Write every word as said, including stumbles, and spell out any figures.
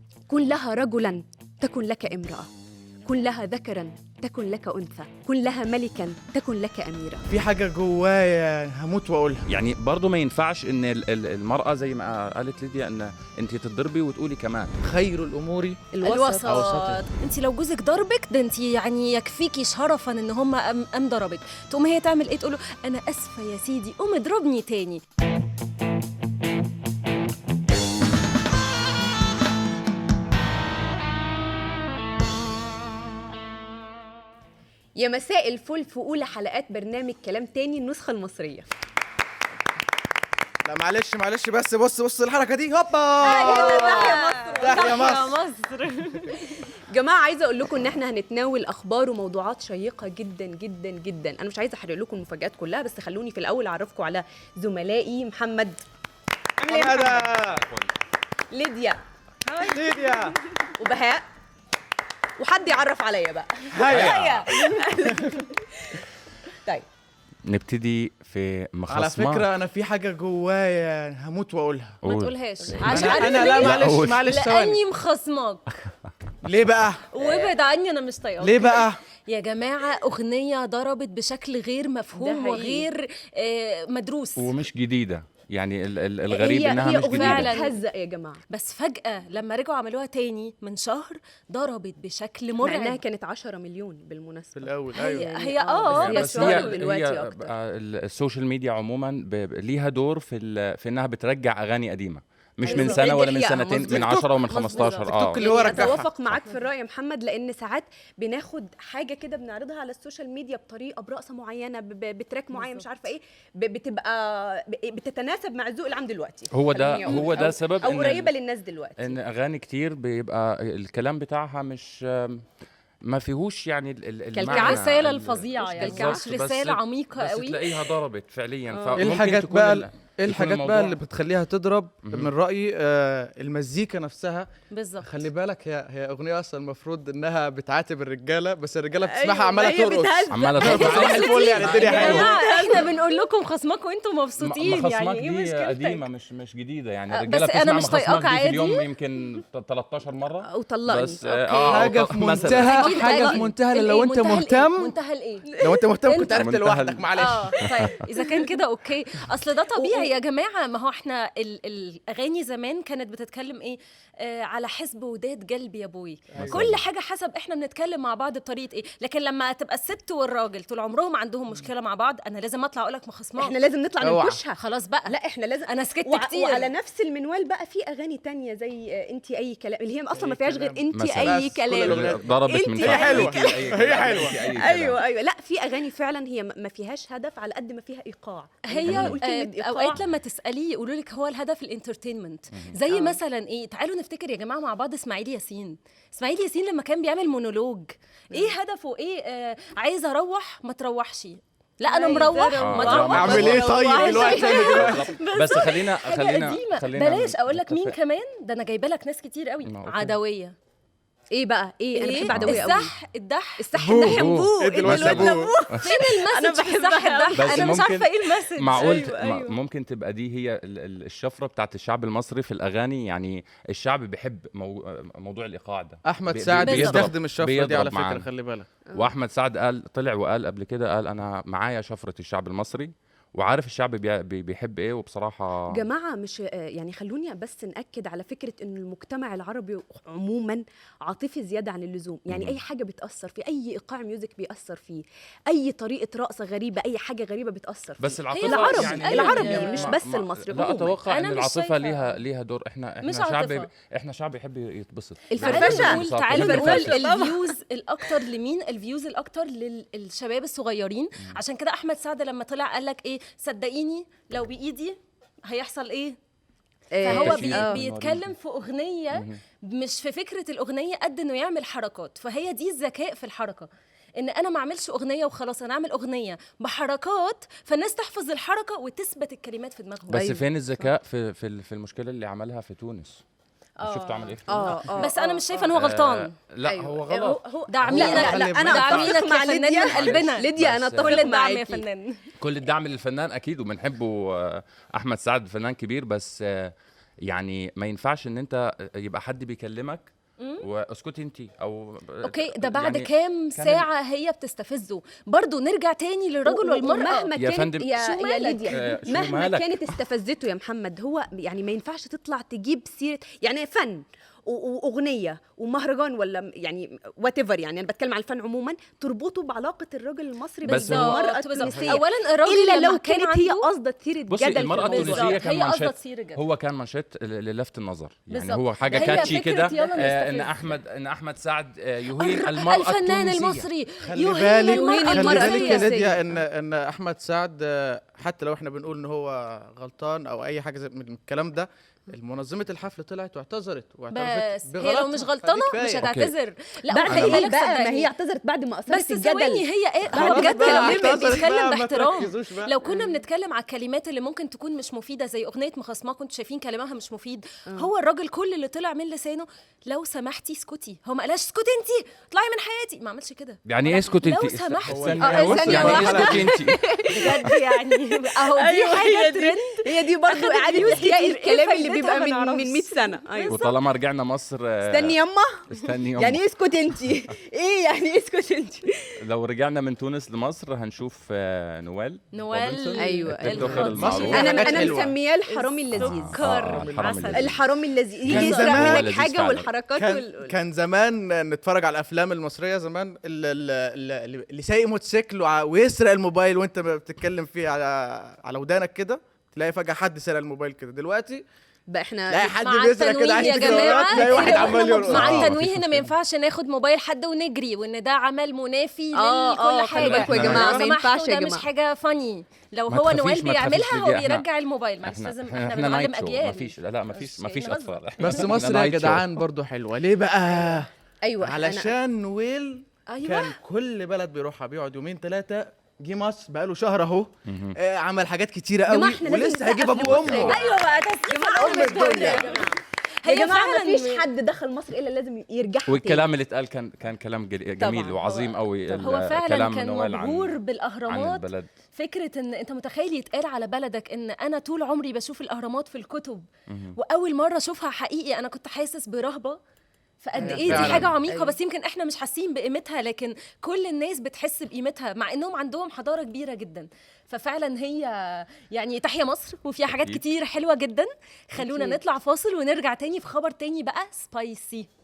كن لها رجلاً تكن لك امرأة، كن لها ذكراً تكن لك أنثى، كن لها ملكاً تكن لك أميرة. في حاجة جوايا هموت وأقولها. يعني برضو ما ينفعش ان ال- ال- المرأة زي ما قالت ليديا ان انت تضربي وتقولي كمان خير الأمور الوسط. أوسطها. انت لو جوزك ضربك ده انت يعني يكفيكي شرفا ان هم ام, أم ضربك، تقوم هي تعمل ايه؟ تقوله انا اسفه يا سيدي قوم اضربني تاني. يا مساء الفل في أولى حلقات برنامج كلام تاني النسخة المصرية. لا معلش معلش بس بص بص الحركة دي هوبا تحيا مصر. مصر. جماعة عايزة أقول لكم إن إحنا هنتناول أخبار وموضوعات شيقة جدا جدا جدا. أنا مش عايزة أحرق لكم المفاجآت كلها، بس خلوني في الأول أعرفكم على زملائي. محمد، عامل إيه يا محمد؟ ليديا، ليديا، وبهاء، وحد يعرف عليا بقى. هيا. طيب نبتدي في مخصمة. على فكرة أنا في حاجة جوايا هموت وأقولها. ما قول. تقولهاش أنا, عشان أنا لا معلش قول. معلش ثواني. لاني مخصمك ليه بقى؟ وابعد عني انا مش طايقاك. ليه بقى؟ يا جماعه اغنيه ضربت بشكل غير ده مفهوم حقيقي. وغير آه، مدروس، ومش جديدة، يعني ال- ال- الغريب هي انها هي مش أغنية جديدة. فعلاً. بتهزق يا جماعة، بس فجاه لما رجعوا عملوها تاني من شهر ضربت بشكل مع إنها مرعب. كانت عشرة مليون في بالمناسبة. الأول هي أيوه. هي اه هي بس هي- برضه. دلوقتي هي أكتر. آه، ال- السوشيال ميديا عموما ب- ب- ليها دور في ال- في انها بترجع اغاني قديمة، مش أيوة. من سنة ولا من دي حقيقة، سنتين، مظبوط. من عشرة ومن مظبوط. خمستاشر. تيك توك اه اللي هو يعني رجعها. اتوافق معاك في الراي يا محمد، لان ساعات بناخد حاجه كده بنعرضها على السوشيال ميديا بطريقه برقصه معينه ب- ب- بتراك معين مش عارفه ايه، ب- بتبقى ب- بتتناسب مع الذوق العام دلوقتي. هو ده خليني أقول. هو ده أو- سبب او إن قريبه ال- للناس دلوقتي. ان اغاني كتير بيبقى الكلام بتاعها مش ما فيهوش يعني ال- ال- كلكعة. المعنى الرساله ال- الفظيعه يعني كلكعة. مش بالظبط، بس- رساله عميقه بس قوي. تلاقيها ضربت فعليا. آه. فممكن ايه الحاجات تكون بقى ال- ايه يكون الحاجات بقى الموضوع- اللي بتخليها تضرب؟ مهم. من رأيي آه المزيكا نفسها. بالظبط. خلي بالك هي هي أغنية أصلا المفروض إنها بتعاتب الرجالة، بس الرجالة أيوة، بتسمعها عمالة هي ترقص. بتهزق. عمالة صباح الفل يعني الدنيا يا حلوة. جماعه احنا بنقول لكم خصمكم وانتم مبسوطين، مخصمك يعني ايه دي مشكلتك؟ قديمة مش مش جديدة، يعني آه، الرجالة بس أنا بتسمع مش مخصمك طايقاك دي في عادي. اليوم يمكن تلتاشر مرة. او طلقني. بس أوكي. آه حاجة آه، في مثلاً. منتهى أكيد حاجة في أكيد. منتهى الإيه؟ لو أنت منتهى الإيه؟ مهتم. منتهى الايه؟ لو أنت مهتم كنت أنت عرفت منتهى لوحدك ال- معلش. اه طيب اذا كان كده اوكي، اصل ده طبيعي يا جماعه. ما هو احنا ال الاغاني زمان كانت بتتكلم ايه؟ آه على حسب وداد قلبي يا ابوي. كل حاجه حسب احنا بنتكلم مع بعض بطريقه ايه. لكن لما تبقى الست والراجل طول عمرهم عندهم مشكله مع بعض، انا لازم اطلع اقول لك مخصمات. احنا لازم نطلع اوعى. ننكشها. خلاص بقى، لا احنا لازم. انا سكت وع- كتير. وعلى نفس المنوال بقى في اغاني تانية زي آه، انتي اي كلام، اللي هي اصلا ما أي فيهاش غير كلام. انتي مثلاً. اي بس كل كلام. الأغنيات. ضربت من انتي تحت. حلوة. انتي أي كلام. هي حلوة. انتي أي كلام. ايوه ايوه لا في اغاني فعلا هي ما فيهاش هدف على قد ما فيها ايقاع. هي أنا بقول كلمة آه، إيقاع. اوقات لما تساليه يقولوا لك هو الهدف الانترتينمنت. زي آه. مثلا ايه، تعالوا نفتكر يا جماعه مع بعض اسماعيل ياسين. اسماعيل ياسين لما كان بيعمل مونولوج، ايه هدفه؟ ايه آه عايزه اروح ما تروحش، لا انا عايزة مروح أروح. ما آه، تروح. أعمل إيه طيب دلوقتي أنا دلوقتي؟ بس خلينا حاجه خلينا قديمه. خلينا بلاش اقول لك مين نتفق. كمان، ده انا جايبه لك ناس كتير قوي. ما أوكي. عدويه. ايه بقى ايه, انا بحب إيه؟ عدويه قوي. السح الدح الصح بو. الناحيه بو إيه دلوقتي الواد أبوه؟ أبوه. فين أنا المسج في بحبها السح الدح؟ بس انا مش ممكن- عارفه ايه المسج. معقول أيوة، م- أيوة. ممكن تبقى دي هي ال- ال- الشفرة بتاعت الشعب المصري في الأغاني، يعني الشعب بيحب مو موضوع الإيقاع ده. أحمد بي- سعد بيضرب- بيستخدم الشفرة دي بيضرب على فكرة، معانا. خلي بالك. وأحمد سعد قال طلع وقال قبل كده، قال أنا معايا شفرة الشعب المصري وعارف الشعب بي بي بيحب إيه. وبصراحة جماعة مش آه، يعني خلوني بس نأكد على فكرة إن المجتمع العربي عموما عاطفي زيادة عن اللزوم. يعني مم. أي حاجة بتأثر فيه، أي إيقاع ميوزك بيأثر فيه، أي طريقة رقصة غريبة، أي حاجة غريبة بتأثر فيه. بس العاطفة العربي يعني العربي أيوة. مش ما- بس ما- المصري لا عموماً. أتوقع أنا إن مش العاطفة شايفة. ليها ليها دور. إحنا إحنا مش شعب عاطفة. إحنا شعب يحب يتبسط. الفرفشة. تعالوا نقول بالظبط. تعالوا نقول الفرفشة. الفيوز الاكتر لمين؟ الفيوز الاكتر للشباب الصغيرين. عشان كده احمد سعد لما طلع قال لك ايه؟ صدقيني لو بايدي هيحصل ايه؟ آه، فهو كشيء. بي آه. بيتكلم في اغنيه، مش في فكره الاغنيه قد انه يعمل حركات. فهي دي الذكاء في الحركه، ان انا ما اعملش اغنيه وخلاص، انا اعمل اغنيه بحركات فالناس تحفظ الحركه وتثبت الكلمات في دماغهم. بس أيوة. فين الذكاء في في ال- في المشكلة اللي عملها في تونس؟ آه. شفتوا عمل إيه في آه، تونس؟ آه، بس انا آه، مش شايفه ان هو غلطان. آه، لا أيوة. هو غلط. هو دعمينا لا، خلي لا بالك. دعمينا أتفق مع كفنان ليديا. من قلبنا. ليديا أنا بس- أتفق كل الدعم يا معاكي. فنان. كل الدعم للفنان اكيد، وبنحبه. آه، احمد سعد فنان كبير، بس آه، يعني ما ينفعش ان انت يبقى حد بيكلمك واسكتي انت او اوكي ده بعد يعني كام ساعه هي بتستفزه برضو نرجع تاني للرجل والمراه مهما يا كانت فندم، يا, شو يا مالك؟ ليديا آه، شو مهما مالك؟ كانت استفزته يا محمد، هو يعني ما ينفعش تطلع تجيب سيره يعني فن و- واغنيه ومهرجان ولا يعني وات ايفر، يعني انا بتكلم على الفن عموما، تربطه بعلاقه الراجل المصري بس بالمراه بالظبط بالظبط. التونسيه. اولا الراجل الا لما لو كان كانت هي عنده قصده تثير بصي الجدل المرأة في الموضوع. التونسية بالظبط. كان هي قصدها منشط، تصير الجدل. هو كان منشط ل- للفت النظر، يعني بالظبط. هو حاجة هي كاتشي فكرة كده، يلا آه ان نستفز. احمد ان احمد سعد آه، يهين المرأة الفنان التونسية. المصري خلي يهين بالك المرأة خلي المرأة بالك يا التونسية. ليديا ان ان احمد سعد آه، حتى لو احنا بنقول ان هو غلطان او اي حاجه زي من الكلام ده، المنظمه الحفل طلعت واعتذرت واعترفت بس هي لو مش غلطانه مش هتعتذر. لا بعد وخلي ايه بالك بقى؟ ما صدقني. هي اعتذرت بعد ما اثرت بس الجدل. ثواني هي ايه هو خلاص بجد بقى، لما اعتذرت بيتكلم بقى، ما باحترام. تركزوش بقى. لو كنا بنتكلم على الكلمات اللي ممكن تكون مش مفيده زي اغنيه مخاصمه كنتوا شايفين كلامها مش مفيد، هو الراجل كل اللي طلع من لسانه لو سمحتي اسكتي، هو ما قالش اسكتي انت اطلعي من حياتي، ما عملش كده. يعني ايه اسكت انت؟ لو سمحتي استني، آه، بص، ثانية يعني ايه واحدة. اسكتي انت؟ بجد يعني اهو دي أيوة، حاجه هي دي- ترند. هي دي برضه أخدت اعاده views احياء كتير. إيه الكلام اللي فايدتها؟ بيبقى ما من نعرفش. من مية سنه. ايوه وطالما رجعنا مصر آه، استني يما، استني يوم. يعني ايه اسكت انت؟ ايه يعني ايه اسكت انت؟ لو رجعنا من تونس لمصر هنشوف آه، نوال نوال، روبنسون، أيوة، التيكتوكر الخطير. المعروف. فيها انا حاجات انا حلوة. مسمياه الحرامي اللذيذ. سكر آه، الحرامي عسل. اللذيذ. الحرامي اللذيذ يجي كان يسرق زمان منك لذيذ حاجه فعلا. والحركات كان وال... كان زمان نتفرج على الافلام المصريه زمان، ال- ال- ال- اللي سايق موتوسيكل وع- ويسرق الموبايل وانت بتتكلم فيه على على ودانك كده، تلاقي فجاه حد سرق الموبايل كده. دلوقتي بقى احنا تلاقي حد مع بيسرق التنويه كده عايز يا يجري وراك، جماعة، تلاقي واحد عمال يرقص. مع آه، التنويه مفيش ان ما مشكلة. ينفعش ناخد موبايل حد ونجري، وان ده عمل منافي آه، لكل آه، خلي حاجه. بالكوا يا لو جماعة، ما سمحتوا ينفعش يا ده مش جماعة. حاجه فاني. لو ما هو تخافيش، نوال ما بيعملها تخافيش هو ليديا، إحنا- بيرجع الموبايل. معلش احنا لازم احنا, احنا احنا بنعلم نايت شو، اجيال. ما فيش، لا لا ما فيش ما مش- فيش نهزر. اطفال. بس إحنا مصر يا نايت شو. جدعان برضو حلوه. ليه بقى؟ ايوه أنا- علشان نويل أيوة. كان كل بلد بيروحها بيقعد يومين ثلاثه، جه مصر بقاله شهر اهو، آه عمل حاجات كتيره قوي جماعة، إحنا لازم ولسه هيجيب نسقف ابوه لمصر يا وامه. ايوه بقى تسقيف أم الدنيا. يا هي جماعه فعلا ما فيش حد دخل مصر الا لازم يرجع والكلام اللي اتقال كان كان كلام جل- جميل طبعاً. وعظيم قوي. هو فعلا كلام كان نوال مبهور عن عن بالاهرامات. البلد. فكره ان انت متخيل يتقال على بلدك ان انا طول عمري بشوف الاهرامات في الكتب، واول مره اشوفها حقيقي انا كنت حاسس برهبه. فقد أيوة ايه دي فعلاً. حاجه عميقه. أيوة. بس يمكن احنا مش حاسين بقيمتها، لكن كل الناس بتحس بقيمتها مع انهم عندهم حضاره كبيره جدا. ففعلا هي يعني تحيا مصر، وفيها حاجات أكيد. كتير حلوه جدا. خلونا أكيد. نطلع فاصل ونرجع تاني في خبر تاني بقى سبايسي.